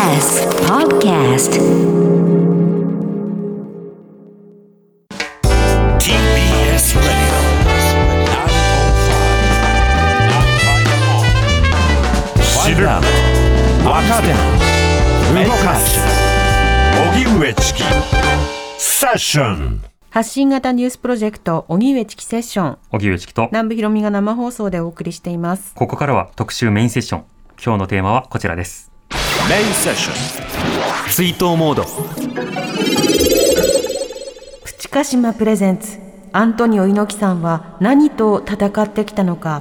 TBS Podcast TBS Radio 905-954知る若手動かす荻上チキセッション。 発信型ニュースプロジェクト荻上チキセッション、 荻上チキと南部ひろみが生放送でお送りしています。 ここからは特集メインセッション。今日のテーマはこちらです。 メインセッション追悼モード。 プチカシマプレゼンツ、アントニオ猪木さんは何と戦ってきたのか。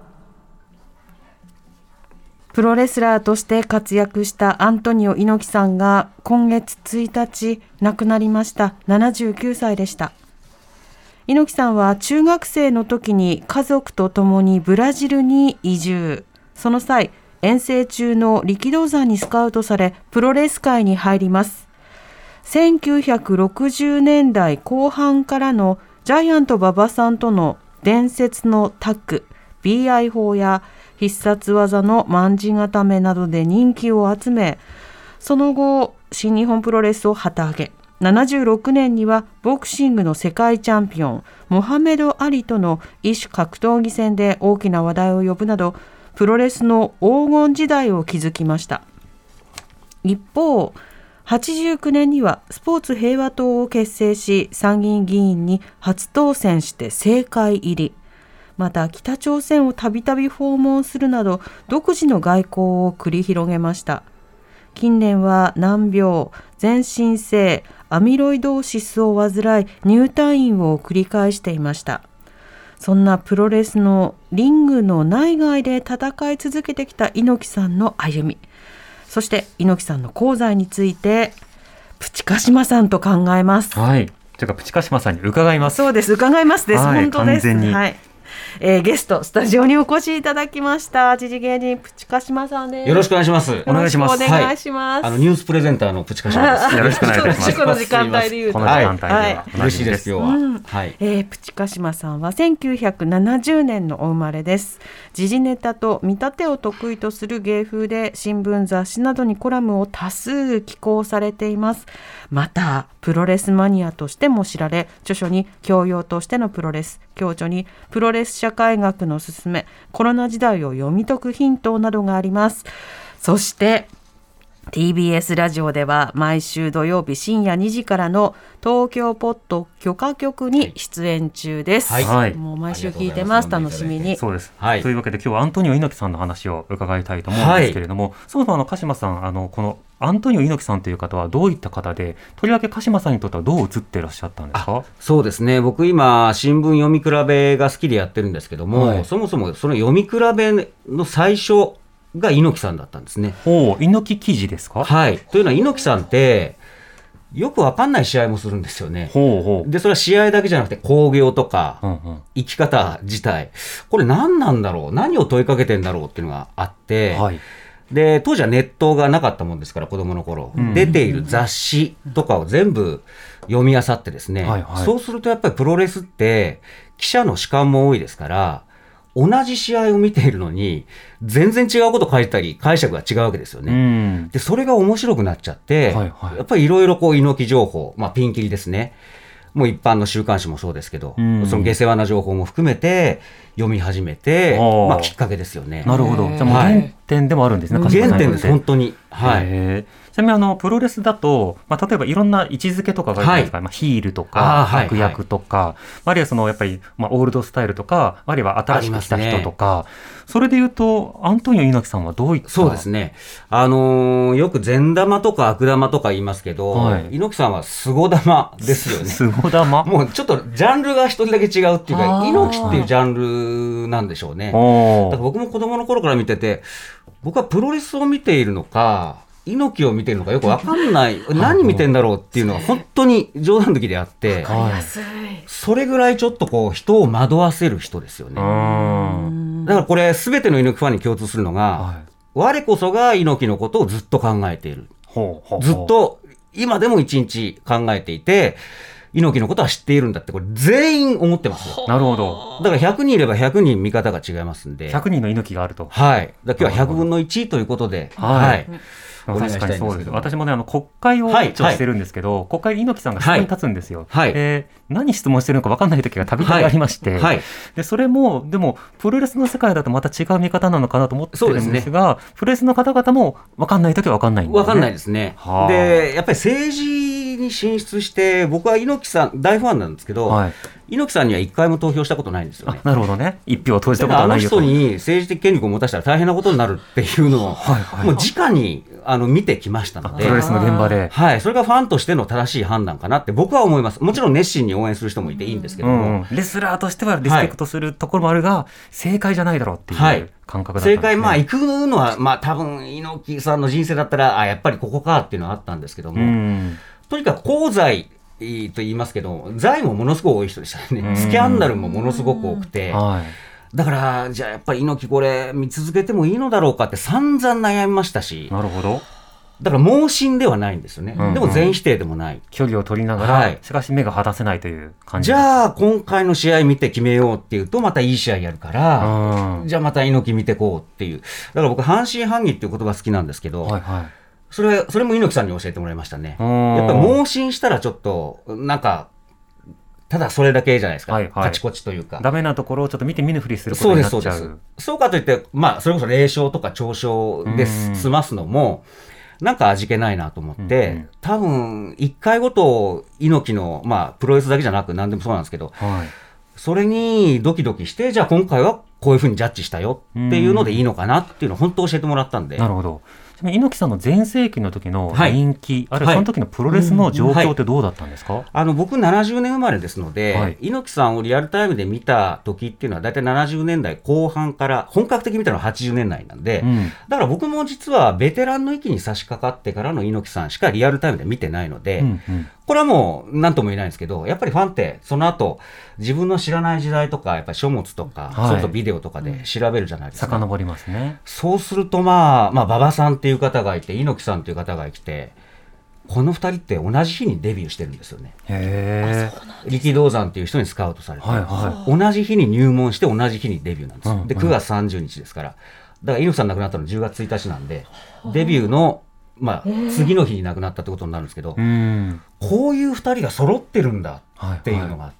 プロレスラーとして活躍したアントニオ猪木さんが今月1日亡くなりました。79歳でした。猪木さんは中学生の時に家族と共にブラジルに移住。その際、遠征中の力道山にスカウトされプロレス界に入ります。1960年代後半からのジャイアント馬場さんとの伝説のタッグ BI 法や必殺技の卍固めなどで人気を集め、その後新日本プロレスを旗揚げ、76年にはボクシングの世界チャンピオンモハメド・アリとの異種格闘技戦で大きな話題を呼ぶなどプロレスの黄金時代を築きました。一方、89年にはスポーツ平和党を結成し、参議院議員に初当選して政界入り。また北朝鮮をたびたび訪問するなど独自の外交を繰り広げました。近年は難病、全身性アミロイドーシスを患い入退院を繰り返していました。そんなプロレスのリングの内外で戦い続けてきた猪木さんの歩み、そして猪木さんの功罪についてプチカシマさんと考えます。 はい。というかプチカシマさんに伺います。 そうです、伺いますです、 はい、 本当です。 完全に。 はい。ゲストスタジオにお越しいただきました時事芸人プチカシマさんです。 よろしくお願いします。 お願いします。 よろしくお願いします。 ニュースプレゼンターのプチカシマです。 よろしくお願いいたします。 この時間帯で言うとこの時間帯では、 はい、 嬉しいです今日は。はい。 プチカシマさんは1970年のお生まれです。時事ネタと見立てを得意とする芸風で新聞雑誌などにコラムを多数寄稿されています。またプロレスマニアとしても知られ、著書に教養としてのプロレス、教著にプロレス社会学のすすめ、コロナ時代を読み解くヒントなどがあります。そしてTBS ラジオでは毎週土曜日深夜2時からの東京ポッド許可局に出演中です。 はい、 もう毎週聞いてます。楽しみに。 そうです、 はい、 というわけで今日はアントニオ猪木さんの話を伺いたいと思うんですけれども、はい、そもそも鹿島さん、このアントニオ猪木さんという方はどういった方で、とりわけ鹿島さんにとってはどう映っていらっしゃったんですか？ そうですね、僕今新聞読み比べが好きでやってるんですけども、はい、そもそもその読み比べの最初が猪木さんだったんですね。 猪木記事ですか？ はい。というのは猪木さんってよくわかんない試合もするんですよね。で、それは試合だけじゃなくて興行とか、生き方自体、これ何なんだろう、何を問いかけてんだろうっていうのがあって、はい、で当時はネットがなかったもんですから、子供の頃、出ている雑誌とかを全部読み漁ってですね、はいはい、そうするとやっぱりプロレスって記者の主観も多いですから、同じ試合を見ているのに全然違うこと書いたり解釈が違うわけですよね。でそれが面白くなっちゃって、はいはい、やっぱりいろいろ猪木情報、ピンキリですね、もう一般の週刊誌もそうですけど、その下世話な情報も含めて読み始めて、きっかけですよね。 なるほど。じゃあもう原点でもあるんですね。 原点です本当に。はい。 ちなみにプロレスだと、例えばいろんな位置づけとかがあるじゃないですか、ヒールとか悪役とか、あるいはそのやっぱり、オールドスタイルとか、あるいは新しく来た人とか、それでいうとアントニオ猪木さんはどういった？ そうですね、よく善玉とか悪玉とか言いますけど、猪木さんは凄玉ですよね。 凄玉？ もうちょっとジャンルが一人だけ違うっていうか、猪木っていうジャンルなんでしょうね。だから僕も子供の頃から見てて、僕はプロレスを見ているのか猪木を見てるのかよく分かんない何見てんだろうっていうのが本当に冗談抜きであって、それぐらいちょっとこう人を惑わせる人ですよね。だからこれ全ての猪木ファンに共通するのが、我こそが猪木のことをずっと考えている、ずっと今でも一日考えていて、猪木のことは知っているんだって、これ全員思ってますよ。 なるほど。 だから100人いれば100人見方が違いますんで、 100人の猪木があると。 はい。だから今日は100分の1ということで、はい。 お願いしたいんですけど。 私もね国会を一応してるんですけど、国会で猪木さんが質問に立つんですよ。何質問してるのか分かんない時がたびたびありまして、でそれもでもプロレスの世界だとまた違う見方なのかなと思ってるんですが、プロレスの方々も分かんない時は分かんないんですね。 分かんないですね。でやっぱり政治に進出して僕は猪木さん大ファンなんですけど、猪木さんには1回も投票したことないんですよね。 なるほどね。1票を投じたことはないよと。 あの人に政治的権力を持たせたら大変なことになるっていうのを、もう直に見てきましたので、 プロレスの現場で、 それがファンとしての正しい判断かなって僕は思います。もちろん熱心に応援する人もいていいんですけども、 レスラーとしてはリスペクトするところもあるが、正解じゃないだろうっていう感覚だったんですね。 正解、行くのは、多分猪木さんの人生だったらやっぱりここかっていうのはあったんですけども、とにかく功罪と言いますけど、財もものすごく多い人でしたね。スキャンダルもものすごく多くて、だからじゃあやっぱり猪木これ見続けてもいいのだろうかって散々悩みましたし。 なるほど。 だから盲信ではないんですよね。でも全否定でもない。 距離を取りながら、しかし目が離せないという感じ。 じゃあ今回の試合見て決めようっていうとまたいい試合やるから、じゃあまた猪木見てこうっていう。だから僕半信半疑っていう言葉好きなんですけど、それも猪木さんに教えてもらいましたね。やっぱり盲信したらちょっとなんかただそれだけじゃないですか、カチコチというかダメなところをちょっと見て見ぬふりすることになっちゃう。 そうかといって、それこそ霊障とか嘲笑で済ますのもなんか味気ないなと思って、多分1回ごと猪木の、プロレスだけじゃなく何でもそうなんですけど、それにドキドキして、じゃあ今回はこういうふうにジャッジしたよっていうのでいいのかなっていうのを本当教えてもらったんで。 なるほど。猪木さんの全盛期の時の人気、あるいはその時のプロレスの状況ってどうだったんですか？ 僕70年生まれですので、猪木さんをリアルタイムで見た時っていうのは大体70年代後半から本格的に見たのは80年代なんで、だから僕も実はベテランの域に差し掛かってからの猪木さんしかリアルタイムで見てないので、これはもう何とも言えないんですけど、やっぱりファンってその後自分の知らない時代とかやっぱり書物とか、それとビデオとかで調べるじゃないですか。 遡りますね。 そうすると馬場さんっていう方がいて猪木さんっていう方がいて、この2人って同じ日にデビューしてるんですよね。力道山っていう人にスカウトされて、同じ日に入門して同じ日にデビューなんですよ。で9月30日ですから、だから猪木さん亡くなったの10月1日なんで、デビューの次の日に亡くなったってことになるんですけど、こういう2人が揃ってるんだっていうのがあって、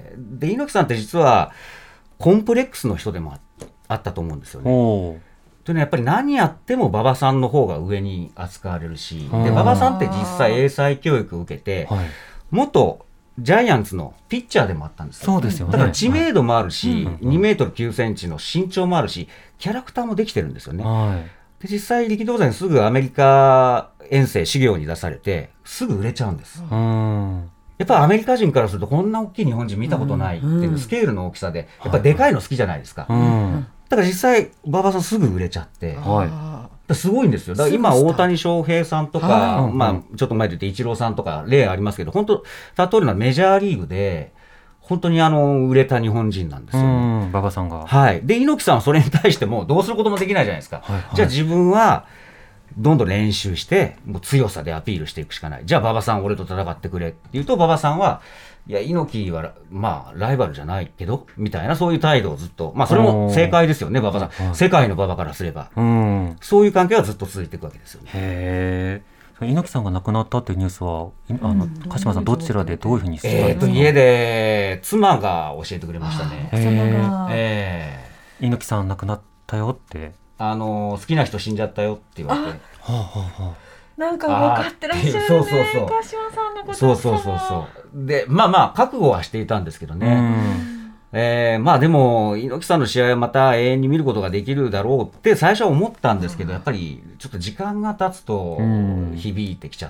で猪木さんって実はコンプレックスの人でもあったと思うんですよね。というのはやっぱり何やっても馬場さんの方が上に扱われるし、で馬場さんって実際英才教育を受けて、元ジャイアンツのピッチャーでもあったんですよ。 そうですよね。 だから知名度もあるし、2メートル9センチの身長もあるし、キャラクターもできてるんですよね。で実際力道山にすぐアメリカ遠征修行に出されてすぐ売れちゃうんです。やっぱアメリカ人からするとこんな大きい日本人見たことないっていうスケールの大きさでやっぱでかいの好きじゃないですか。だから実際馬場さんすぐ売れちゃって、すごいんですよ。だから今大谷翔平さんとか、ちょっと前で言ってイチローさんとか例ありますけど、本当例えるのはメジャーリーグで本当に売れた日本人なんですよね。 馬場さんが。 で猪木さんはそれに対してもどうすることもできないじゃないですか。じゃあ自分はどんどん練習してもう強さでアピールしていくしかない。じゃあ馬場さん俺と戦ってくれって言うと、馬場さんはいや猪木はライバルじゃないけどみたいな、そういう態度をずっと、それも正解ですよね。馬場さん、世界の馬場からすれば、そういう関係はずっと続いていくわけですよね。 猪木さんが亡くなったというニュースは鹿島さんどちらでどういうふうに知ったんですか？ 家で妻が教えてくれましたね。 猪木さん亡くなったよって、 好きな人死んじゃったよって言われて、 なんか分かってらっしゃるね、鹿島さんのこと。 そうで覚悟はしていたんですけどね。でも猪木さんの試合はまた永遠に見ることができるだろうって最初は思ったんですけど、やっぱりちょっと時間が経つと響いてきちゃって、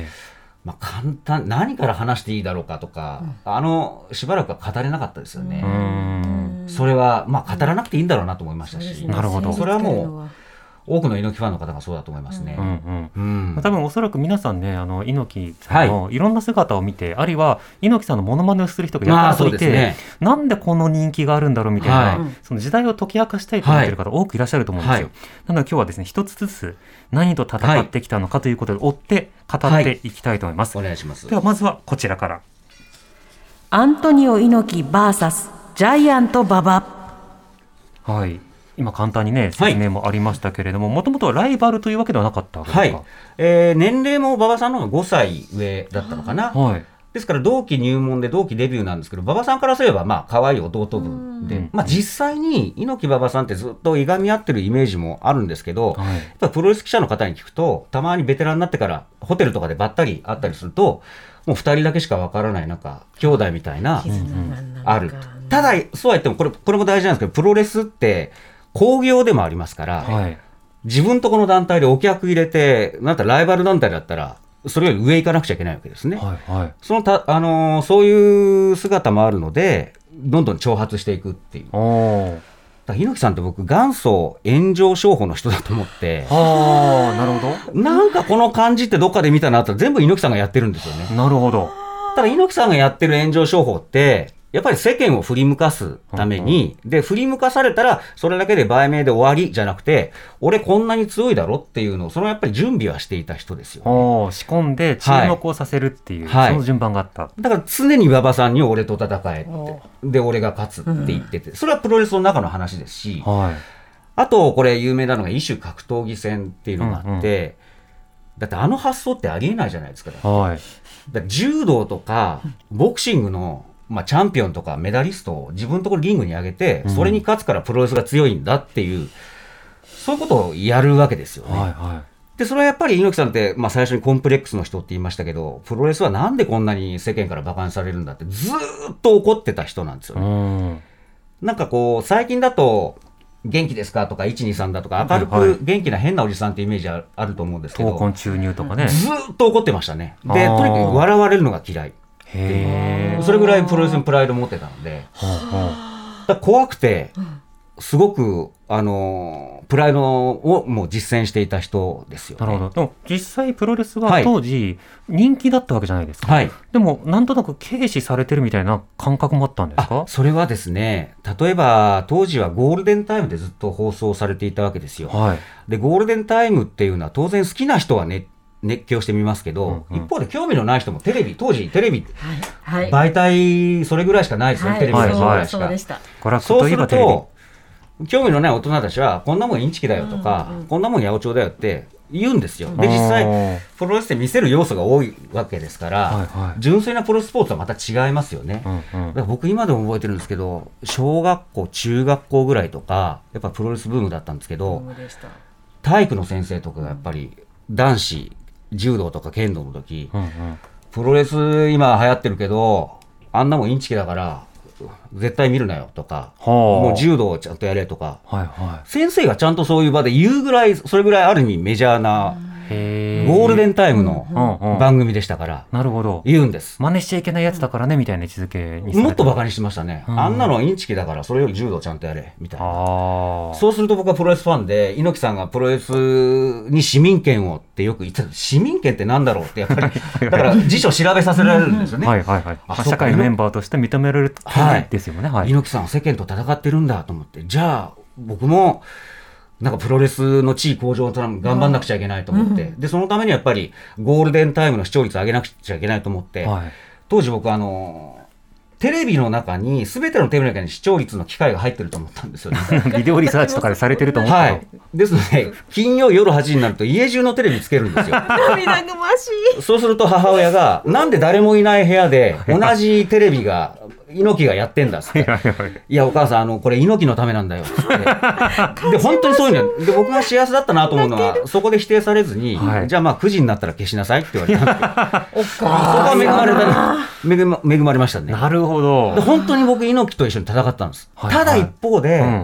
簡単何から話していいだろうかとか、しばらくは語れなかったですよね。それは語らなくていいんだろうなと思いましたし、 なるほど。 それはもう多くの猪木ファンの方がそうだと思いますね。 多分おそらく皆さんね、猪木さんのいろんな姿を見て、あるいは猪木さんのモノマネをする人がやっぱりいて、なんでこの人気があるんだろうみたいな、その時代を解き明かしたいと思っている方多くいらっしゃると思うんですよ。なので今日はですね、一つずつ何と戦ってきたのかということで追って語っていきたいと思います。 お願いします。 ではまずはこちらから。 アントニオ猪木 VS ジャイアント馬場。 今簡単にね説明もありましたけれども、もともとはライバルというわけではなかったわけですか？ 年齢も馬場さんの方が5歳上だったのかな。ですから同期入門で同期デビューなんですけど、馬場さんからすれば可愛い弟分で、実際に猪木馬場さんってずっといがみ合ってるイメージもあるんですけど、やっぱプロレス記者の方に聞くと、たまにベテランになってからホテルとかでばったり会ったりすると、もう2人だけしかわからない兄弟みたいな、ある。ただそうは言ってもこれも大事なんですけど、プロレスって興行でもありますから、自分とこの団体でお客入れて、なんかライバル団体だったらそれより上行かなくちゃいけないわけですね。そういう姿もあるので、どんどん挑発していくっていう。猪木さんって僕元祖炎上商法の人だと思って、 なるほど。 なんかこの感じってどっかで見たなって全部猪木さんがやってるんですよね。 なるほど。 ただ猪木さんがやってる炎上商法ってやっぱり世間を振り向かすために、で振り向かされたらそれだけで売名で終わりじゃなくて、俺こんなに強いだろっていうのをやっぱり準備はしていた人ですよね。 仕込んで注目をさせるっていう、その順番があった。 だから常に馬場さんに俺と戦えってで俺が勝つって言ってて、それはプロレスの中の話ですし、あとこれ有名なのが異種格闘技戦っていうのがあって、だって発想ってありえないじゃないですか。だ柔道とかボクシングのチャンピオンとかメダリストを自分のところリングに上げて、それに勝つからプロレスが強いんだっていう、そういうことをやるわけですよね。でそれはやっぱり猪木さんって、最初にコンプレックスの人って言いましたけど、プロレスはなんでこんなに世間から馬鹿にされるんだってずーっと怒ってた人なんですよね。なんか最近だと元気ですかとか123だとか明るく元気な変なおじさんってイメージあると思うんですけど、 闘魂注入とかね、 ずーっと怒ってましたね。でとにかく笑われるのが嫌い。それぐらいプロレスにプライド持ってたので、だ怖くてすごくプライドをもう実践していた人ですよね。 なるほど。でも実際プロレスは当時人気だったわけじゃないですか。でもなんとなく軽視されてるみたいな感覚もあったんですか？ それはですね、例えば当時はゴールデンタイムでずっと放送されていたわけですよ。でゴールデンタイムっていうのは当然好きな人はね熱狂してみますけど、一方で興味のない人も当時テレビ、媒体それぐらいしかないですよね。テレビのそれぐらいしか。そうすると興味のない大人たちはこんなもんインチキだよとか、こんなもん八百長だよって言うんですよ。で実際プロレスって見せる要素が多いわけですから、純粋なプロスポーツはまた違いますよね。だから僕今でも覚えてるんですけど、小学校中学校ぐらいとかやっぱプロレスブームだったんですけど、体育の先生とかがやっぱり男子柔道とか剣道の時、プロレス今流行ってるけどあんなもんインチキだから絶対見るなよとか、もう柔道をちゃんとやれとか、先生がちゃんとそういう場で言うぐらい、それぐらいある意味メジャーなゴールデンタイムの番組でしたから、言うんです。 真似しちゃいけないやつだからねみたいな位置づけにされて、 もっとバカにしてましたね。あんなのインチキだからそれより柔道ちゃんとやれみたいな。そうすると僕はプロレスファンで、猪木さんがプロレスに市民権をってよく言ってた。市民権ってなんだろうってやっぱりだから辞書調べさせられるんですよね。 社会のメンバーとして認められる権利ですよね。 猪木さんは世間と戦ってるんだと思って、じゃあ僕もなんかプロレスの地位向上のために頑張んなくちゃいけないと思って、でそのためにやっぱりゴールデンタイムの視聴率を上げなくちゃいけないと思って、当時僕テレビの中に全てのテレビの中に視聴率の機械が入ってると思ったんですよね。 ビデオリサーチとかでされてると思ったですので金曜夜8時になると家中のテレビつけるんですよ。 涙ぐましい。 そうすると母親がなんで誰もいない部屋で同じテレビが猪木がやってんだっつって、いやお母さんこれ猪木のためなんだよっつってで本当にそういうので、僕が幸せだったなと思うのはそこで否定されずに、じゃあ9時になったら消しなさいって言われたんですよ。そこは恵まれましたね。 なるほど。 で本当に僕猪木と一緒に戦ったんです。ただ一方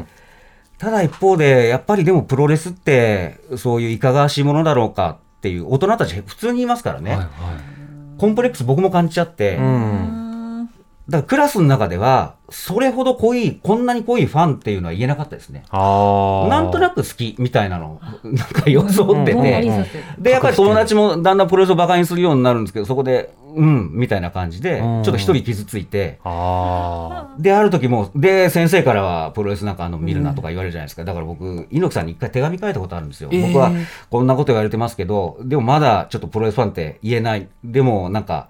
でやっぱりでもプロレスってそういういかがわしいものだろうかっていう大人たち普通にいますからね。コンプレックス僕も感じちゃって、だからクラスの中ではそれほどこんなに濃いファンっていうのは言えなかったですね。なんとなく好きみたいなのなんか装ってて、でやっぱり友達もだんだんプロレスをバカにするようになるんですけど、そこでみたいな感じでちょっと一人傷ついて、である時もで先生からはプロレスなんか見るなとか言われるじゃないですか。だから僕猪木さんに一回手紙書いたことあるんですよ。僕はこんなこと言われてますけど、でもまだちょっとプロレスファンって言えない、でもなんか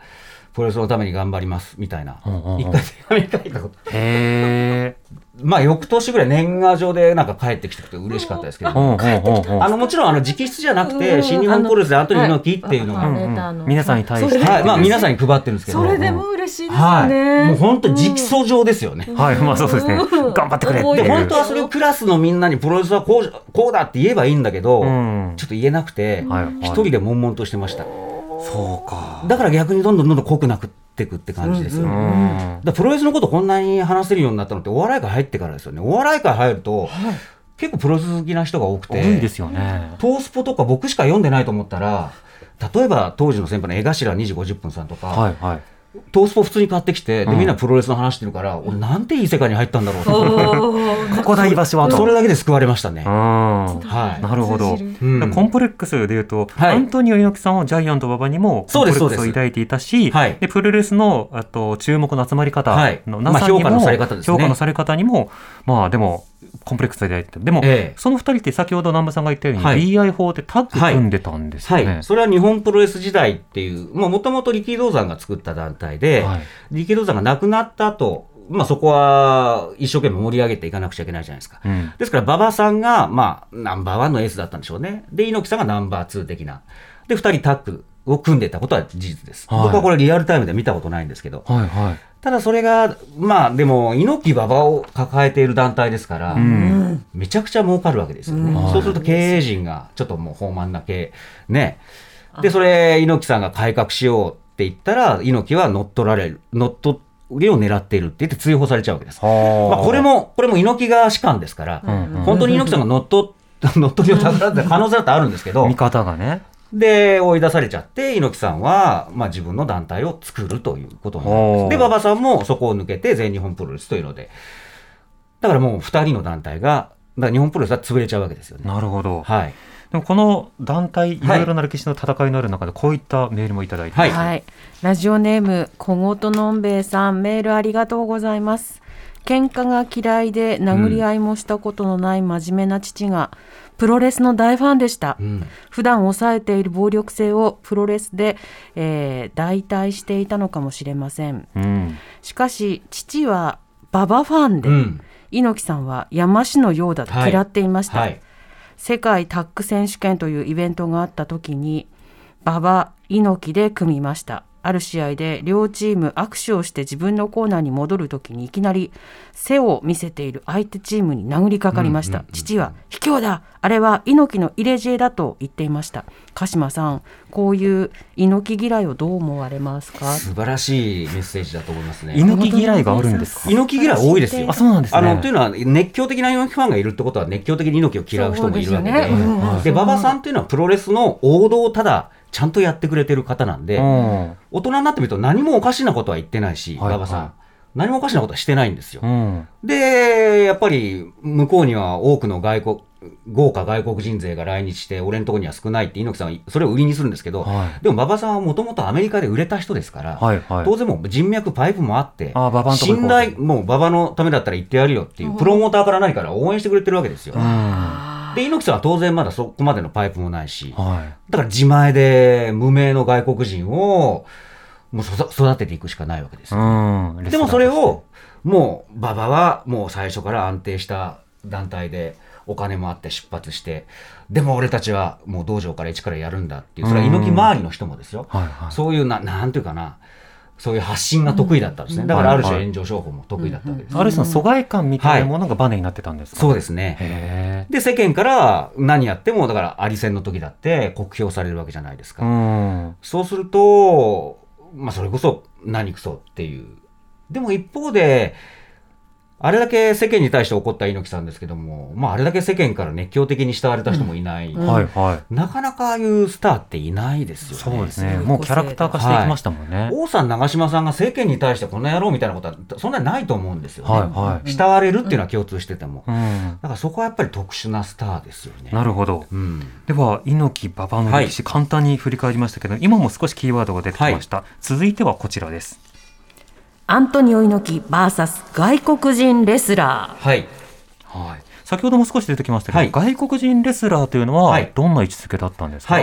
プロレスのために頑張りますみたいな、一回手紙書いたこと。まあ翌年ぐらい年賀状でなんか帰ってきてくて嬉しかったですけど、もちろん直筆じゃなくて新日本プロレスでアントニー猪木っていうのが皆さんに対して、 まあ皆さんに配ってるんですけど、 それでも嬉しいですね。 もう本当に直訴状ですよね。 はい、まあそうですね。頑張ってくれっていう。 で本当はそれをクラスのみんなにプロレスはこうだって言えばいいんだけど、ちょっと言えなくて一人で悶々としてました。 そうか。 だから逆にどんどん濃くなっていくって感じですよね。だプロレスのことこんなに話せるようになったのってお笑い界入ってからですよね。お笑い界入ると、結構プロレス好きな人が多くて、 多いですよね。 トースポとか僕しか読んでないと思ったら、例えば当時の先輩の江頭2時50分さんとか、トースポ普通に買ってきて、でみんなプロレスの話してるから、俺なんていい世界に入ったんだろうとここだ居場所はと、 それだけで救われましたね。 なるほど。コンプレックスでいうと、アントニオ猪木さんはジャイアント馬場にもコンプレックスを抱いていたし、でプロレスの注目の集まり方のなさにも、評価のされ方にも、まあでもコンプレックスで抱いてた。でも、その2人って先ほど南部さんが言ったように、BI 法でタッグ組んでたんですよね。 それは日本プロレス時代っていう、もともと力道山が作った団体で、力道山が亡くなった後、そこは一生懸命盛り上げていかなくちゃいけないじゃないですか。ですから馬場さんが、ナンバーワンのエースだったんでしょうね。で猪木さんがナンバーツー的なで2人タッグを組んでたことは事実です。僕はこれリアルタイムで見たことないんですけど、ただそれがでも猪木馬場を抱えている団体ですから、めちゃくちゃ儲かるわけですよね。そうすると経営陣がちょっともう放漫な経営ね。でそれ猪木さんが改革しようって言ったら、猪木は乗っ取りを狙っているって言って追放されちゃうわけです。これも猪木が士官ですから、本当に猪木さんが乗っ取りをたくらった可能性だってあるんですけど、 見方がね。 で追い出されちゃって、猪木さんは、自分の団体を作るということになるんです。で馬場さんもそこを抜けて全日本プロレスというので、だからもう2人の団体が、だから日本プロレスは潰れちゃうわけですよね。 なるほど。でもこの団体、いろいろな歴史の戦いのある中でこういったメールもいただいてます。 ラジオネーム小言のんべえさん、メールありがとうございます。喧嘩が嫌いで殴り合いもしたことのない真面目な父が、プロレスの大ファンでした。普段抑えている暴力性をプロレスで、代替していたのかもしれません。しかし父は馬場ファンで、猪木さんは山師のようだと嫌っていました。世界タッグ選手権というイベントがあった時に馬場猪木で組みました。ある試合で両チーム握手をして自分のコーナーに戻るときにいきなり背を見せている相手チームに殴りかかりました。父は卑怯だ、あれは猪木の入れ知恵だと言っていました。鹿島さん、こういう猪木嫌いをどう思われますか？ 素晴らしいメッセージだと思いますね。 猪木嫌いがあるんですか？ 猪木嫌い多いですよ。 そうなんですね。 というのは熱狂的な猪木ファンがいるってことは熱狂的に猪木を嫌う人もいるわけで、馬場さんというのはプロレスの王道をただちゃんとやってくれてる方なんで、大人になってみると何もおかしなことは言ってないし、馬場さん何もおかしなことはしてないんですよ。でやっぱり向こうには多くの豪華外国人勢が来日して、俺のところには少ないって猪木さんはそれを売りにするんですけど、でも馬場さんはもともとアメリカで売れた人ですから、当然もう人脈パイプもあって、信頼もう馬場のためだったら言ってやるよっていうプロモーターから何から応援してくれてるわけですよ。で猪木さんは当然まだそこまでのパイプもないし、だから自前で無名の外国人をもう育てていくしかないわけですよ。でもそれをもう馬場はもう最初から安定した団体でお金もあって出発して、でも俺たちはもう道場から一からやるんだっていう、それは猪木周りの人もですよ、そういうなんていうかな、そういう発信が得意だったんですね。だからある種炎上商法も得意だったわけです。 ある種の疎外感みたいなものがバネになってたんですか？ そうですね。で世間から何やっても、だからアリ戦の時だって酷評されるわけじゃないですか。そうするとそれこそ何くそっていう。でも一方であれだけ世間に対して怒った猪木さんですけども、あれだけ世間から熱狂的に慕われた人もいない、なかなかああいうスターっていないですよね。 そうですね。もうキャラクター化していきましたもんね。 王さん長嶋さんが世間に対してこの野郎みたいなことはそんなにないと思うんですよね。慕われるっていうのは共通してても、だからそこはやっぱり特殊なスターですよね。 なるほど。では猪木馬場の歴史、簡単に振り返りましたけど、今も少しキーワードが出てきました。続いてはこちらです。 アントニオ猪木 VS 外国人レスラー。 先ほども少し出てきましたけど、外国人レスラーというのはどんな位置づけだったんですか？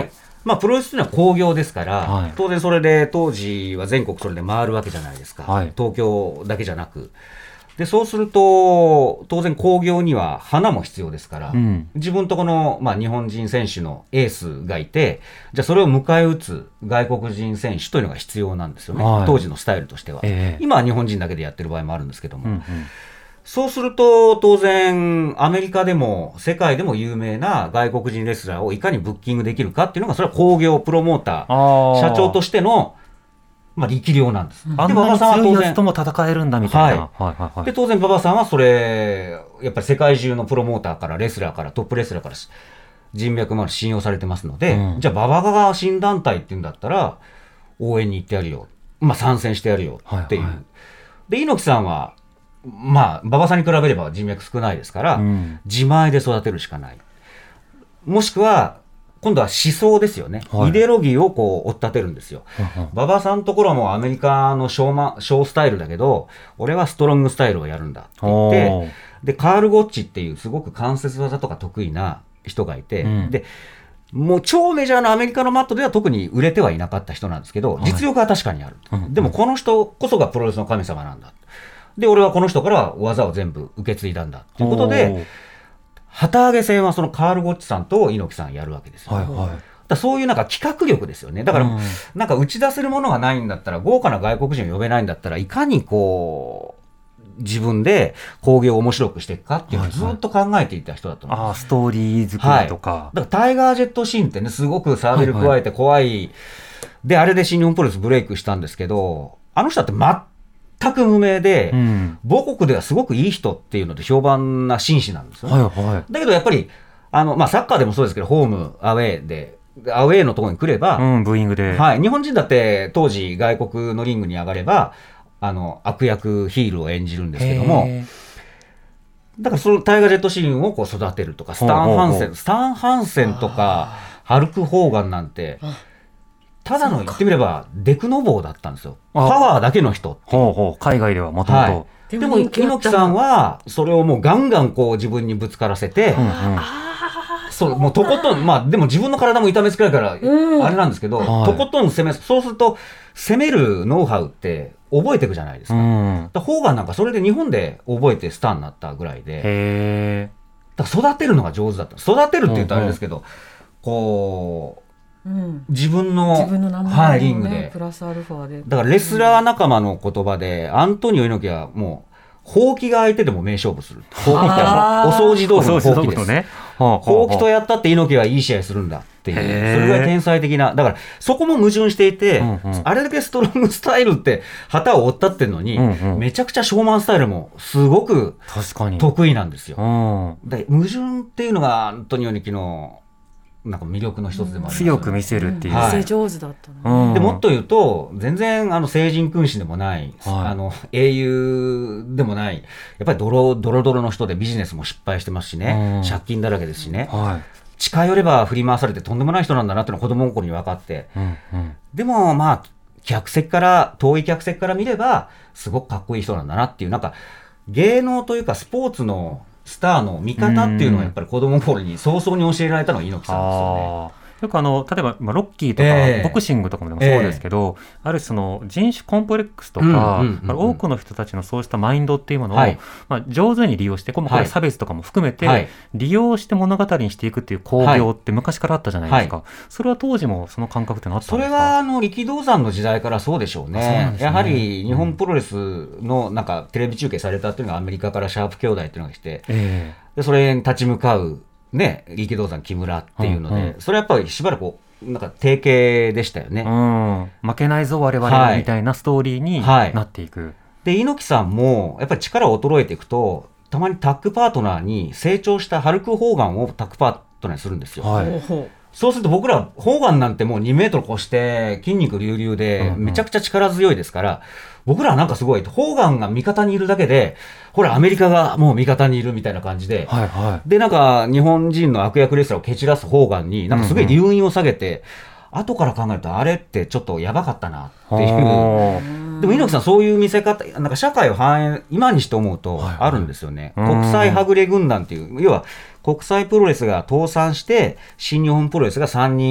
まあ、プロレスというのは興行ですから、当然それで当時は全国それで回るわけじゃないですか、東京だけじゃなく。でそうすると当然興行には花も必要ですから、自分とこの、まあ、日本人選手のエースがいて、じゃあそれを迎え撃つ外国人選手というのが必要なんですよね、当時のスタイルとしては。今は日本人だけでやってる場合もあるんですけども、そうすると当然アメリカでも世界でも有名な外国人レスラーをいかにブッキングできるかっていうのが、それは興行プロモーター社長としてのまあ、力量なんです。 あんなに強いやつとも戦えるんだみたいな。 で当然馬場さんはそれやっぱり世界中のプロモーターからレスラーからトップレスラーから人脈まで信用されてますので、じゃあ馬場が新団体っていうんだったら応援に行ってやるよ、まあ、参戦してやるよっていう、で猪木さんはまあ馬場さんに比べれば人脈少ないですから、自前で育てるしかない。もしくは今度は思想ですよね、イデオロギーをこう追っ立てるんですよ。馬場さんのところはもうアメリカのショースタイルだけど、俺はストロングスタイルをやるんだって言って、でカール・ゴッチっていうすごく関節技とか得意な人がいて、でもう超メジャーなアメリカのマットでは特に売れてはいなかった人なんですけど、実力は確かにある、でもこの人こそがプロレスの神様なんだ、で俺はこの人から技を全部受け継いだんだということで、旗揚げ戦はそのカール・ゴッチさんと猪木さんやるわけですよ、だそういうなんか企画力ですよね。だからなんか打ち出せるものがないんだったら、豪華な外国人を呼べないんだったら、いかにこう自分で興行を面白くしていくかっていうのをずっと考えていた人だと思います。 ストーリー作りとか、 だからタイガー・ジェット・シーンってね、すごくサーベル加えて怖い、であれで新日本プロレスブレイクしたんですけど、あの人だって全く無名で、母国ではすごくいい人っていうので評判な紳士なんですよね、だけどやっぱりまあ、サッカーでもそうですけど、ホームアウェーでアウェーのところに来れば、 ブーイングで、 日本人だって当時外国のリングに上がれば悪役ヒールを演じるんですけども、だからそのタイガー・ジェット・シーンをこう育てるとか、スタン・ハンセンとかハルク・ホーガンなんてただの言ってみればデクノボーだったんですよ。パワーだけの人っていう。 海外ではもともと。 でも猪木さんはそれをもうガンガンこう自分にぶつからせて、もうとことん、まあでも自分の体も痛めつけないからあれなんですけど、とことん攻め、そうすると攻めるノウハウって覚えていくじゃないですか。だホーガンなんかそれで日本で覚えてスターになったぐらいで、だから育てるのが上手だった。育てるって言うとあれですけど、こう自分の名前リングでプラスアルファで、 だからレスラー仲間の言葉で、アントニオ猪木はもうほうきが相手でも名勝負する。ほうきってお掃除道具のほうきですね。ほうきとやったって猪木はいい試合するんだっていう、それぐらい天才的な。だからそこも矛盾していて、あれだけストロングスタイルって旗を追ったってるのに、めちゃくちゃショーマンスタイルもすごく得意なんですよ。で矛盾っていうのがアントニオ猪木のなんか魅力の一つでもあります、 強く見せるっていう、 見せ上手だったの、 でもっと言うと全然聖人君子でもない、英雄でもない、やっぱりドロの人でビジネスも失敗してますしね、借金だらけですしね、近寄れば振り回されてとんでもない人なんだなっていうのは子供心に分かって、でもまあ遠い客席から見ればすごくかっこいい人なんだなっていう、なんか芸能というかスポーツのスターの見方っていうのはやっぱり子供の頃に早々に教えられたのが猪木さんですよね。 よく例えば、ロッキーとかボクシングとかもそうですけど、ある種その人種コンプレックスとか、多くの人たちのそうしたマインドっていうものを、上手に利用して、これ差別とかも含めて、利用して物語にしていくっていう興行って昔からあったじゃないですか、それは当時もその感覚ってあったんですか？ それは力道山の時代からそうでしょうね。やはり日本プロレスのなんかテレビ中継されたっていうのがアメリカからシャープ兄弟っていうのが来て、でそれに立ち向かうね、力道山木村っていうので、それはやっぱりしばらくなんか定型でしたよね、 負けないぞ我々はみたいなストーリーになっていく、 で猪木さんもやっぱり力を衰えていくと、たまにタッグパートナーに成長したハルク・ホーガンをタッグパートナーにするんですよ、そうすると僕らホーガンなんてもう2メートル越して筋肉隆々でめちゃくちゃ力強いですから、僕らはなんかすごいホーガンが味方にいるだけで、ほらアメリカがもう味方にいるみたいな感じで、でなんか日本人の悪役レスラーを蹴散らすホーガンになんかすごい留飲を下げて、後から考えるとあれってちょっとやばかったなっていう。でも猪木さんそういう見せ方、なんか社会を反映今にして思うとあるんですよね、国際はぐれ軍団っていう、要は国際プロレスが倒産して新日本プロレスが3人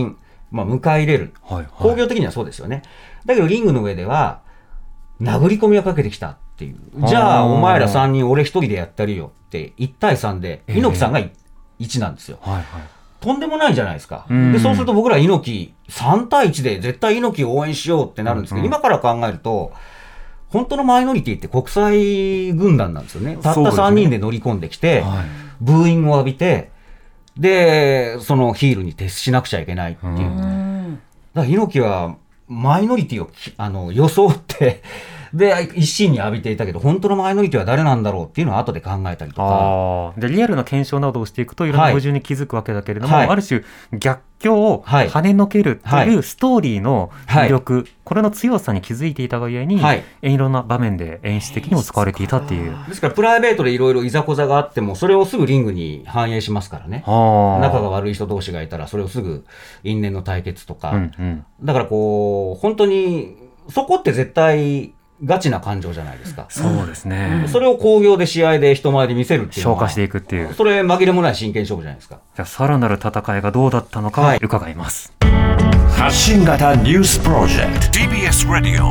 迎え入れる、工業的にはそうですよね。だけどリングの上では殴り込みをかけてきたっていう。じゃあお前ら3人俺1人でやったるよって1対3で猪木さんが1なんですよ。とんでもないじゃないですか。でそうすると僕ら猪木3対1で絶対猪木を応援しようってなるんですけど、今から考えると本当のマイノリティって国際軍団なんですよね。たった3人で乗り込んできて、ブーイングを浴びて、でそのヒールに徹しなくちゃいけないっていう。だから猪木はマイノリティを装ってで一身に浴びていたけど、本当のマイノリティは誰なんだろうっていうのを後で考えたりとか、 でリアルな検証などをしていくといろんな矛盾に気づくわけだけれども、ある種逆境を跳ねのけるというストーリーの魅力、これの強さに気づいていたがゆえに、いろんな場面で演出的にも使われていたっていう。 ですからプライベートでいろいろいざこざがあってもそれをすぐリングに反映しますからね。仲が悪い人同士がいたらそれをすぐ因縁の対決とか、だからこう本当にそこって絶対ガチな感情じゃないですか。 そうですね。 それを興行で試合で人前で見せるっていうのは消化していくっていう、 それ紛れもない真剣勝負じゃないですか。 じゃあさらなる戦いがどうだったのか伺います。 発信型ニュースプロジェクト TBS ラディオ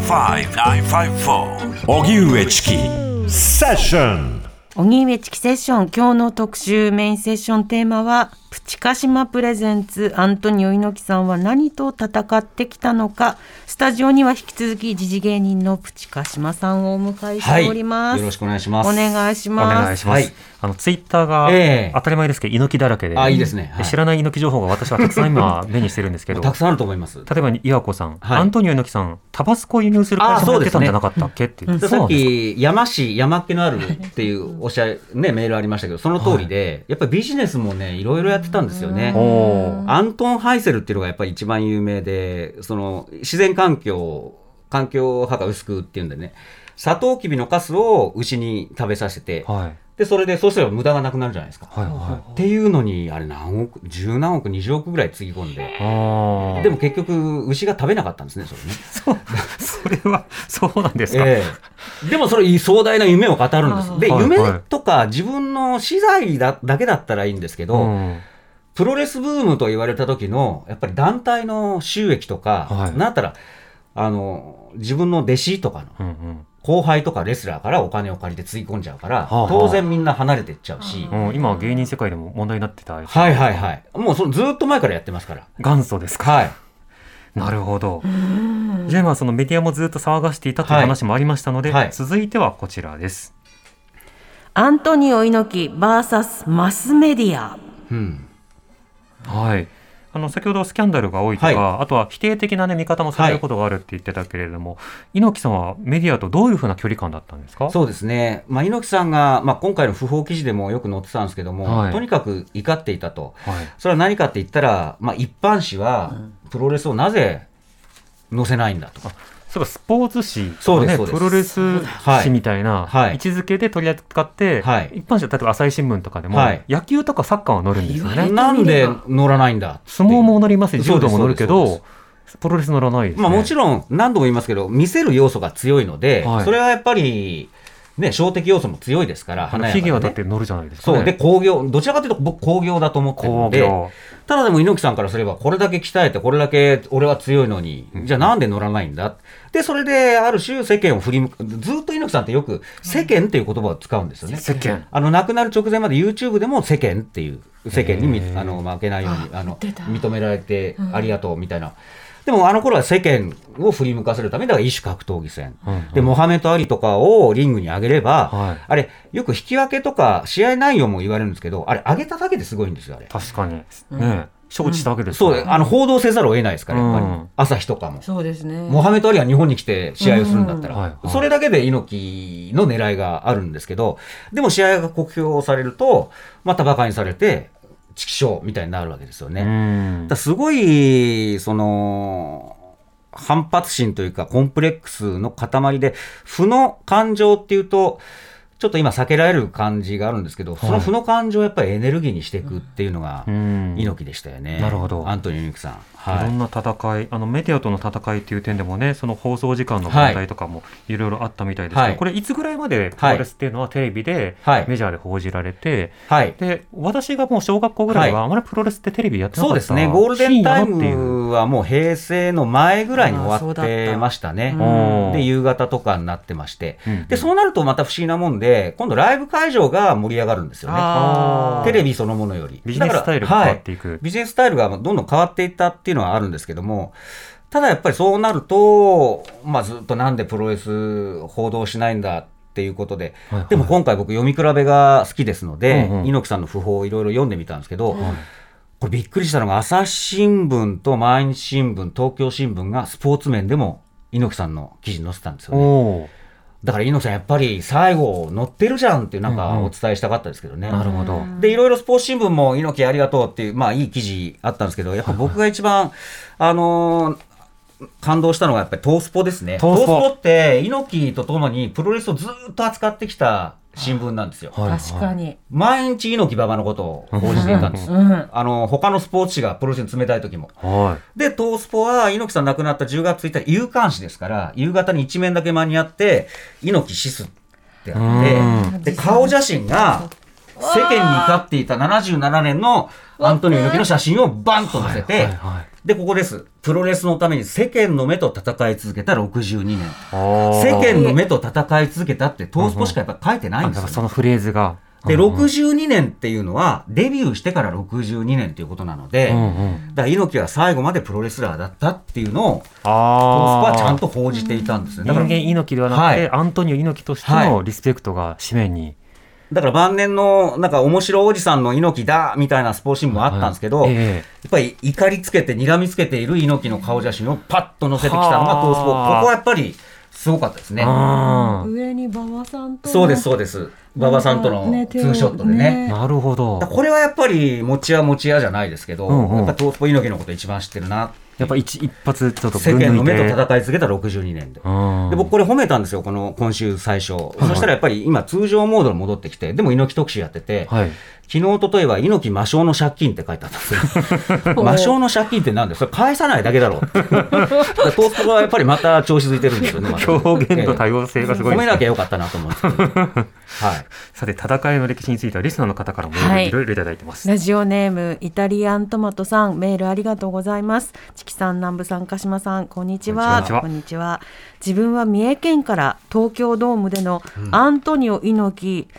905-954荻上チキセッション。 荻上チキセッション、今日の特集メインセッションテーマはプチカシマプレゼンツアントニオ猪木さんは何と戦ってきたのか。スタジオには引き続き時事芸人のプチカシマさんをお迎えしております、 よろしくお願いします。 お願いします。 ツイッターが、当たり前ですけど猪木だらけで、 いいですね。 知らない猪木情報が私はたくさん今目にしてるんですけどたくさんあると思います。 例えば岩子さん、アントニオ猪木さんタバスコ輸入する会社もやってたんじゃなかったっけっていう。 さっき山っ気のあるっていうおっしゃる、メールありましたけど、その通りで、やっぱりビジネスもねいろいろやってたんですよね。アントン・ハイセルっていうのがやっぱり一番有名で、その自然環境派が薄くっていうんでね、サトウキビのカスを牛に食べさせて、でそれでそうすれば無駄がなくなるじゃないですか、っていうのにあれ10何億20億ぐらいつぎ込んで、でも結局牛が食べなかったんですね、それね。 それはそうなんですか。 でもそれ壮大な夢を語るんです。で、夢とか自分の資材だけだったらいいんですけど、プロレスブームと言われた時のやっぱり団体の収益とか、なんだったら自分の弟子とかの後輩とかレスラーからお金を借りてつぎ込んじゃうから、当然みんな離れていっちゃうし、 今芸人世界でも問題になってた。 もうずっと前からやってますから。 元祖ですか。なるほど。じゃあそのメディアもずっと騒がしていたという話もありましたので、続いてはこちらです。 アントニオ猪木 VS マスメディア。 先ほどスキャンダルが多いとか、あとは否定的な、見方もされることがあるって言ってたけれども、猪木さんはメディアとどういうふうな距離感だったんですか。 そうですね、猪木さんが、今回の訃報記事でもよく載ってたんですけども、とにかく怒っていたと、それは何かって言ったら、一般紙はプロレスをなぜ載せないんだとか、 そうスポーツ紙とかプロレス紙みたいな位置づけで取り扱って、一般紙は例えば朝日新聞とかでも、野球とかサッカーは載るんですよね。 なんで載らないんだ。 相撲も載りますし、柔道も載るけどプロレス載らないですね。 もちろん何度も言いますけど、見せる要素が強いので、それはやっぱり小的要素も強いですから、 フィギュアだって乗るじゃないですか、 そうで興行、どちらかというと僕興行だと思ってるので、ただでも猪木さんからすればこれだけ鍛えてこれだけ俺は強いのに、じゃあなんで乗らないんだ。でそれである種世間をずっと猪木さんってよく世間っていう言葉を使うんですよね。 世間亡くなる直前まで YouTube でも世間っていう、世間に負けないように認められてありがとうみたいな。でも頃は世間を振り向かせるためだから異種格闘技戦、でモハメド・アリとかをリングに上げれば、あれよく引き分けとか試合内容も言われるんですけど、あれ上げただけですごいんですよ。あれ確かに承知したわけです、 そう報道せざるを得ないですから、やっぱり朝日とかも。 そうですね。 モハメド・アリは日本に来て試合をするんだったら、それだけで猪木の狙いがあるんですけど、でも試合が酷評されるとまた馬鹿にされて畜生みたいになるわけですよね。だすごい反発心というかコンプレックスの塊で、負の感情っていうとちょっと今避けられる感じがあるんですけど、その負の感情をやっぱりエネルギーにしていくっていうのが猪木でしたよね。 なるほど。 アントニオ猪木さん、 いろんな戦い、メディアとの戦いという点でもね、その放送時間の問題とかもいろいろあったみたいですけど、これいつぐらいまでプロレスっていうのはテレビでメジャーで報じられて、で私がもう小学校ぐらいはあまりプロレスってテレビやってなかった。 そうですね、ゴールデンタイムはもう平成の前ぐらいに終わってましたね。で夕方とかになってまして、でそうなるとまた不思議なもんで、今度ライブ会場が盛り上がるんですよね。テレビそのものよりビジネススタイルが変わっていく、 ビジネススタイルがどんどん変わっていったっていうのはあるんですけども、ただやっぱりそうなると、ずっとなんでプロレス報道しないんだっていうことで、でも今回僕読み比べが好きですので、猪木さんの訃報をいろいろ読んでみたんですけど、これびっくりしたのが、朝日新聞と毎日新聞、東京新聞がスポーツ面でも猪木さんの記事に載せたんですよね。だから猪木さんやっぱり最後載ってるじゃんっていうなんかお伝えしたかったですけどね。 なるほど。 でいろいろスポーツ新聞も猪木ありがとうっていういい記事あったんですけど、やっぱ僕が一番感動したのがやっぱり東スポですね。東スポって猪木とともにプロレスをずっと扱ってきた新聞なんですよ。 確かに毎日猪木馬場のことを報じていたんです。他のスポーツ紙がプロレスに冷たい時も。で東スポは猪木さん亡くなった10月1日夕刊紙ですから、夕方に一面だけ間に合って猪木シスってあって、で顔写真が世間に勝っていた77年のアントニオ猪木の写真をバンと載せて、でここです。プロレスのために世間の目と戦い続けた62年。世間の目と戦い続けたって東スポしかやっぱ書いてないんですよ、ね。 そのフレーズが。 で62年っていうのはデビューしてから62年ということなので、だから猪木は最後までプロレスラーだったっていうのを東スポはちゃんと報じていたんですね。 人間猪木ではなくて、アントニオ猪木としてのリスペクトが紙面に。 だから晩年のなんか面白おじさんの猪木だみたいなスポーツ新聞もあったんですけど、やっぱり怒りつけて睨みつけている猪木の顔写真をパッと載せてきたのが東スポ。ここはやっぱりすごかったですね。 上に馬場さんと、 そうです馬場さんとのツーショットでね。 なるほど。 これはやっぱり持ち屋じゃないですけど、やっぱ東スポ猪木のこと一番知ってるな。 やっぱ一発ちょっと世間の目と戦い続けた62年で。で僕これ褒めたんですよ、今週最初。そしたらやっぱり今通常モードに戻ってきて、でも猪木特集やってて、昨日一昨日は猪木魔性の借金って書いてあったんですよ。魔性の借金って何でそれ返さないだけだろう。東スポはやっぱりまた調子づいてるんですよね。 表現と多様性がすごいですね。 褒めなきゃよかったなと思うんですけど。 さて戦いの歴史についてはリスナーの方からもいろいろいただいてます。 ラジオネームイタリアントマトさん、メールありがとうございます。チキさん、南部さん、鹿島さん、こんにちは。こんにちは。自分は三重県から東京ドームでのアントニオ猪木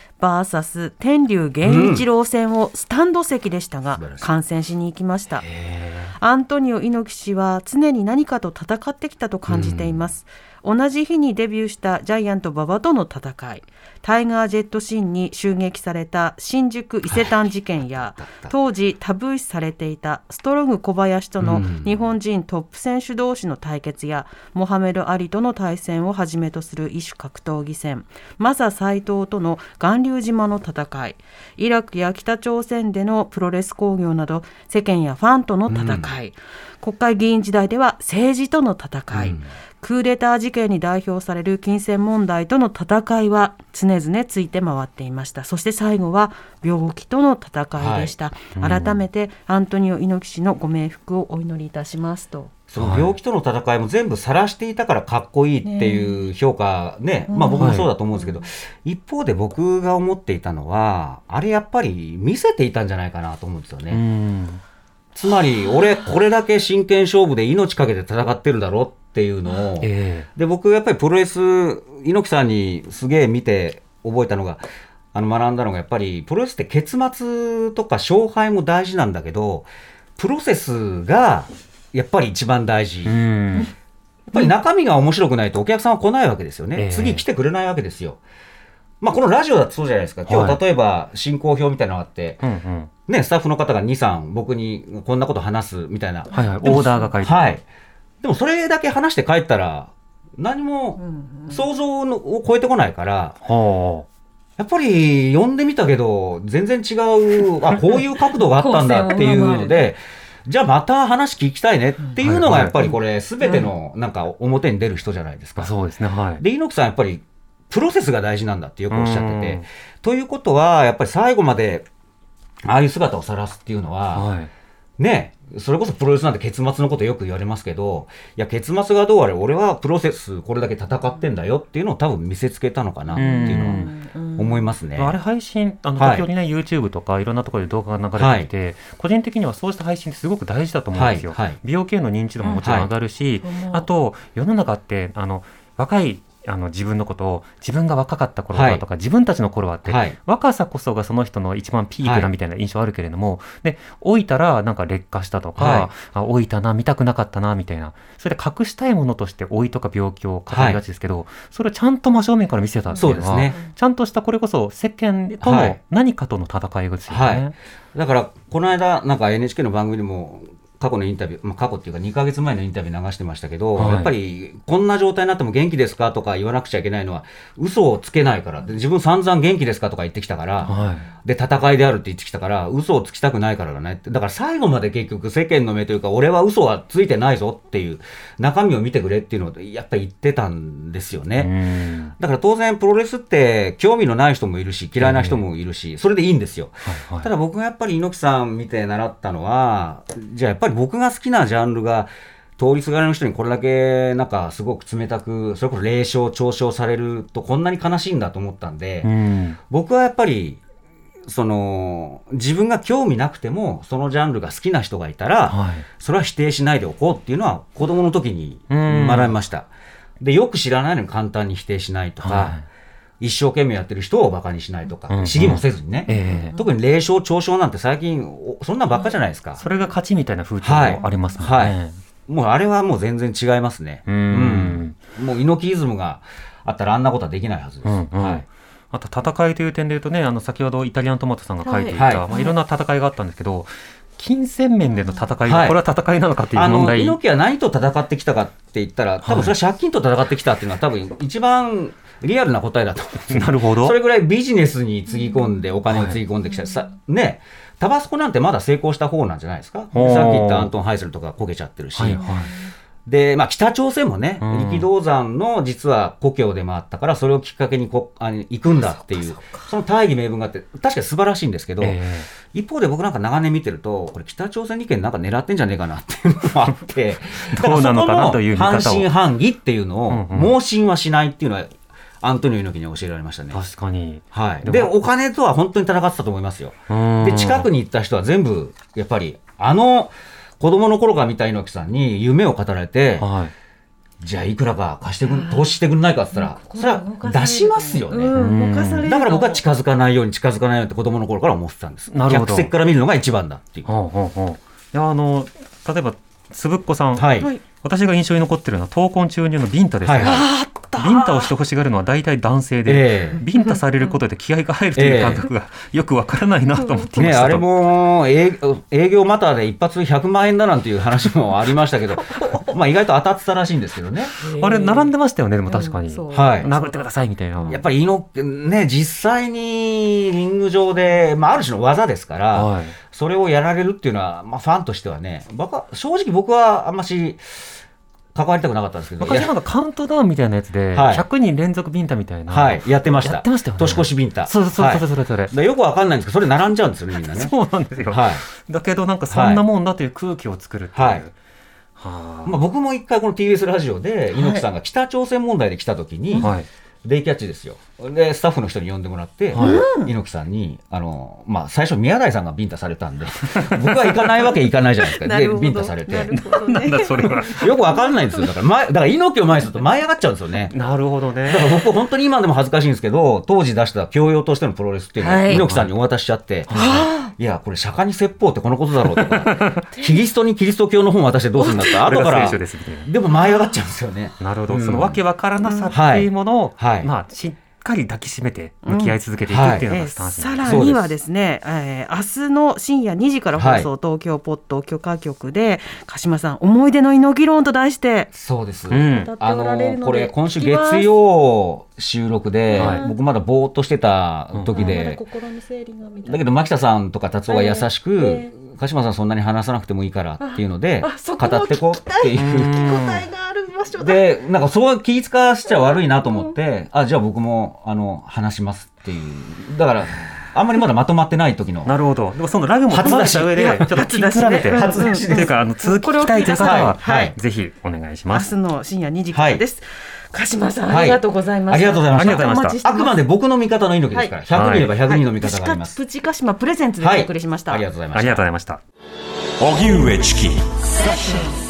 VS 天竜源一郎戦をスタンド席でしたが、観戦しに行きました。アントニオ猪木氏は常に何かと戦ってきたと感じています。同じ日にデビューしたジャイアント馬場との戦い、タイガージェットシーンに襲撃された新宿伊勢丹事件や、当時タブー視されていたストロング小林との日本人トップ選手同士の対決や、モハメド・アリとの対戦をはじめとする異種格闘技戦、マサ斎藤との巌流島の戦い、イラクや北朝鮮でのプロレス興行など世間やファンとの戦い、国会議員時代では政治との戦い、クーデター事件に代表される金銭問題との戦いは常々ついて回っていました。そして最後は病気との戦いでした。改めてアントニオ猪木氏のご冥福をお祈りいたしますと。 その病気との戦いも全部晒していたからかっこいいっていう評価ね、僕もそうだと思うんですけど、一方で僕が思っていたのは、あれやっぱり見せていたんじゃないかなと思うんですよね。つまり俺これだけ真剣勝負で命かけて戦ってるんだろっていうのを、で僕やっぱりプロレス猪木さんにすげえ見て覚えたのが、学んだのがやっぱりプロレスって結末とか勝敗も大事なんだけど、プロセスがやっぱり一番大事。やっぱり中身が面白くないとお客さんは来ないわけですよね。次来てくれないわけですよ。このラジオだとそうじゃないですか。今日例えば進行表みたいなのがあって、スタッフの方が 2,3 僕にこんなこと話すみたいな、 オーダーが書いてある。 でもそれだけ話して帰ったら何も想像を超えてこないから、やっぱり呼んでみたけど全然違う、こういう角度があったんだっていうのでじゃあまた話聞きたいねっていうのがやっぱりこれ全てのなんか表に出る人じゃないですか。 そうですね。 で猪木さんやっぱりプロセスが大事なんだってよくおっしゃってて、ということはやっぱり最後までああいう姿を晒すっていうのは、ね、それこそプロレスなんて結末のことよく言われますけど、いや結末がどうあれ俺はプロセスこれだけ戦ってんだよっていうのを多分見せつけたのかなっていうのは思いますね。 あれ配信時折ね、YouTube とかいろんなところで動画が流れてきて、個人的にはそうした配信ってすごく大事だと思うんですよ。美容系の認知度ももちろん上がるし、あと世の中って若い自分のことを自分が若かった頃だとか、自分たちの頃はって、若さこそがその人の一番ピークだみたいな印象あるけれども、で老いたらなんか劣化したとか、老いたな見たくなかったなみたいな、それで隠したいものとして老いとか病気を語りがちですけど、それをちゃんと真正面から見せたっていうのは、ちゃんとしたこれこそ世間との何かとの戦いですよね。 だからこの間なんか NHK の番組でも過去のインタビュー、過去っていうか2ヶ月前のインタビュー流してましたけど、やっぱりこんな状態になっても元気ですかとか言わなくちゃいけないのは嘘をつけないからで、自分散々元気ですかとか言ってきたから、で戦いであるって言ってきたから嘘をつきたくないからだねって。だから最後まで結局世間の目というか俺は嘘はついてないぞっていう中身を見てくれっていうのをやっぱり言ってたんですよね。だから当然プロレスって興味のない人もいるし嫌いな人もいるし、それでいいんですよ。ただ僕がやっぱり猪木さん見て習ったのは、じゃあやっぱり僕が好きなジャンルが通りすがりの人にこれだけなんかすごく冷たく、それこそ冷笑嘲笑されるとこんなに悲しいんだと思ったんで、僕はやっぱりその自分が興味なくてもそのジャンルが好きな人がいたら、それは否定しないでおこうっていうのは子供の時に学びました。でよく知らないのに簡単に否定しないとか、一生懸命やってる人をバカにしないとか、知りもせずにね、特に冷笑嘲笑なんて最近そんなんばっかじゃないですか。 それが勝ちみたいな風潮もありますもんね。 もうあれはもう全然違いますね。もう猪木イズムがあったらあんなことはできないはずです。 あと戦いという点でいうとね、先ほどイタリアントマトさんが書いていた、いろんな戦いがあったんですけど、金銭面での戦い、これは戦いなのかっていう問題。 猪木は何と戦ってきたかって言ったら、多分それは借金と戦ってきたっていうのは多分一番リアルな答えだと思うんですよ。 なるほど。 それぐらいビジネスにつぎ込んでお金をつぎ込んできた、ね、タバスコなんてまだ成功した方なんじゃないですか。さっき言ったアントン・ハイセルとかこけちゃってるし、で北朝鮮もね、力道山の実は故郷でもあったから、それをきっかけに行くんだっていうその大義名分があって、確かに素晴らしいんですけど、一方で僕なんか長年見てると、これ北朝鮮利権なんか狙ってんじゃねえかなっていうのもあってどうなのかなという見方を、 半信半疑っていうのを盲信はしないっていうのはアントニオ猪木に教えられましたね。 確かに、 でお金とは本当に戦ってたと思いますよ。で近くに行った人は全部やっぱり子供の頃から見た猪木さんに夢を語られて、じゃあいくらか貸して投資してくれないかって言ったら、それは出しますよね。だから僕は近づかないようにって子供の頃から思ってたんです。客席から見るのが一番だっていう。いや例えばつぶっこさん、私が印象に残ってるのは闘魂注入のビンタですね。ビンタをしてほしがるのは大体男性で、ビンタされることで気合が入るという感覚がよくわからないなと思っていました。 あれも営業マターで一発100万円だなんていう話もありましたけど意外と当たってたらしいんですけどね。 あれ並んでましたよね。でも確かに、殴ってくださいみたいな。 やっぱり実際にリング上で、ある種の技ですから、それをやられるっていうのは、ファンとしてはね、正直僕はあんまし関わりたくなかったんですけど、 昔なんかカウントダウンみたいなやつで、100人連続ビンタみたいな、 やってました。 よね。 年越しビンタ。 それよくわかんないんですけど、それ並んじゃうんですよね、みんなね。 そうなんですよ。だけどなんかそんなもんだという空気を作るっていう。 僕も一回この TBS ラジオで猪木さんが北朝鮮問題で来た時に、デイキャッチですよ。でスタッフの人に呼んでもらって、猪木さんに最初宮台さんがビンタされたんで僕は行かないわけいかないじゃないですか。でビンタされて、 なんだそれはよくわかんないんですよ。だから猪木を前にすると舞い上がっちゃうんですよね。 なるほどね。 だから僕本当に今でも恥ずかしいんですけど、当時出した教養としてのプロレスっていうのを猪木さんにお渡ししちゃって、いやこれ釈迦に説法ってこのことだろうとかキリストにキリスト教の本渡してどうするんだって後からでも舞い上がっちゃうんですよね。 なるほど、そのわけわからなさっていうものを、しっかり抱きしめて向き合い続けていくっていうのがスタンスなんです。 さらにはですね、明日の深夜2時から放送、東京ポッド許可局で鹿島さん思い出の猪木論と題して、 そうです、これ今週月曜収録で、僕まだぼーっとしてた時で、だけど牧田さんとか達夫が優しく、鹿島さんそんなに話さなくてもいいからっていうので語ってこうっていう。 ましょう。 でなんかそう気使わしちゃ悪いなと思って、じゃあ僕も話しますっていう。だからあんまりまだまとまってない時の。 なるほど。でもそのラグも踏まえた上でちょっと聞き比べて、 初出しというか続き聞きたいという方はぜひお願いします。 明日の深夜2時からです。鹿島さん、ありがとうございました。 ありがとうございました。あくまで僕の味方の猪木ですから、100人いれば100人の味方があります。 プチ鹿島プレゼンツでお送りしました。 ありがとうございました。 ありがとうございました。 荻上チキ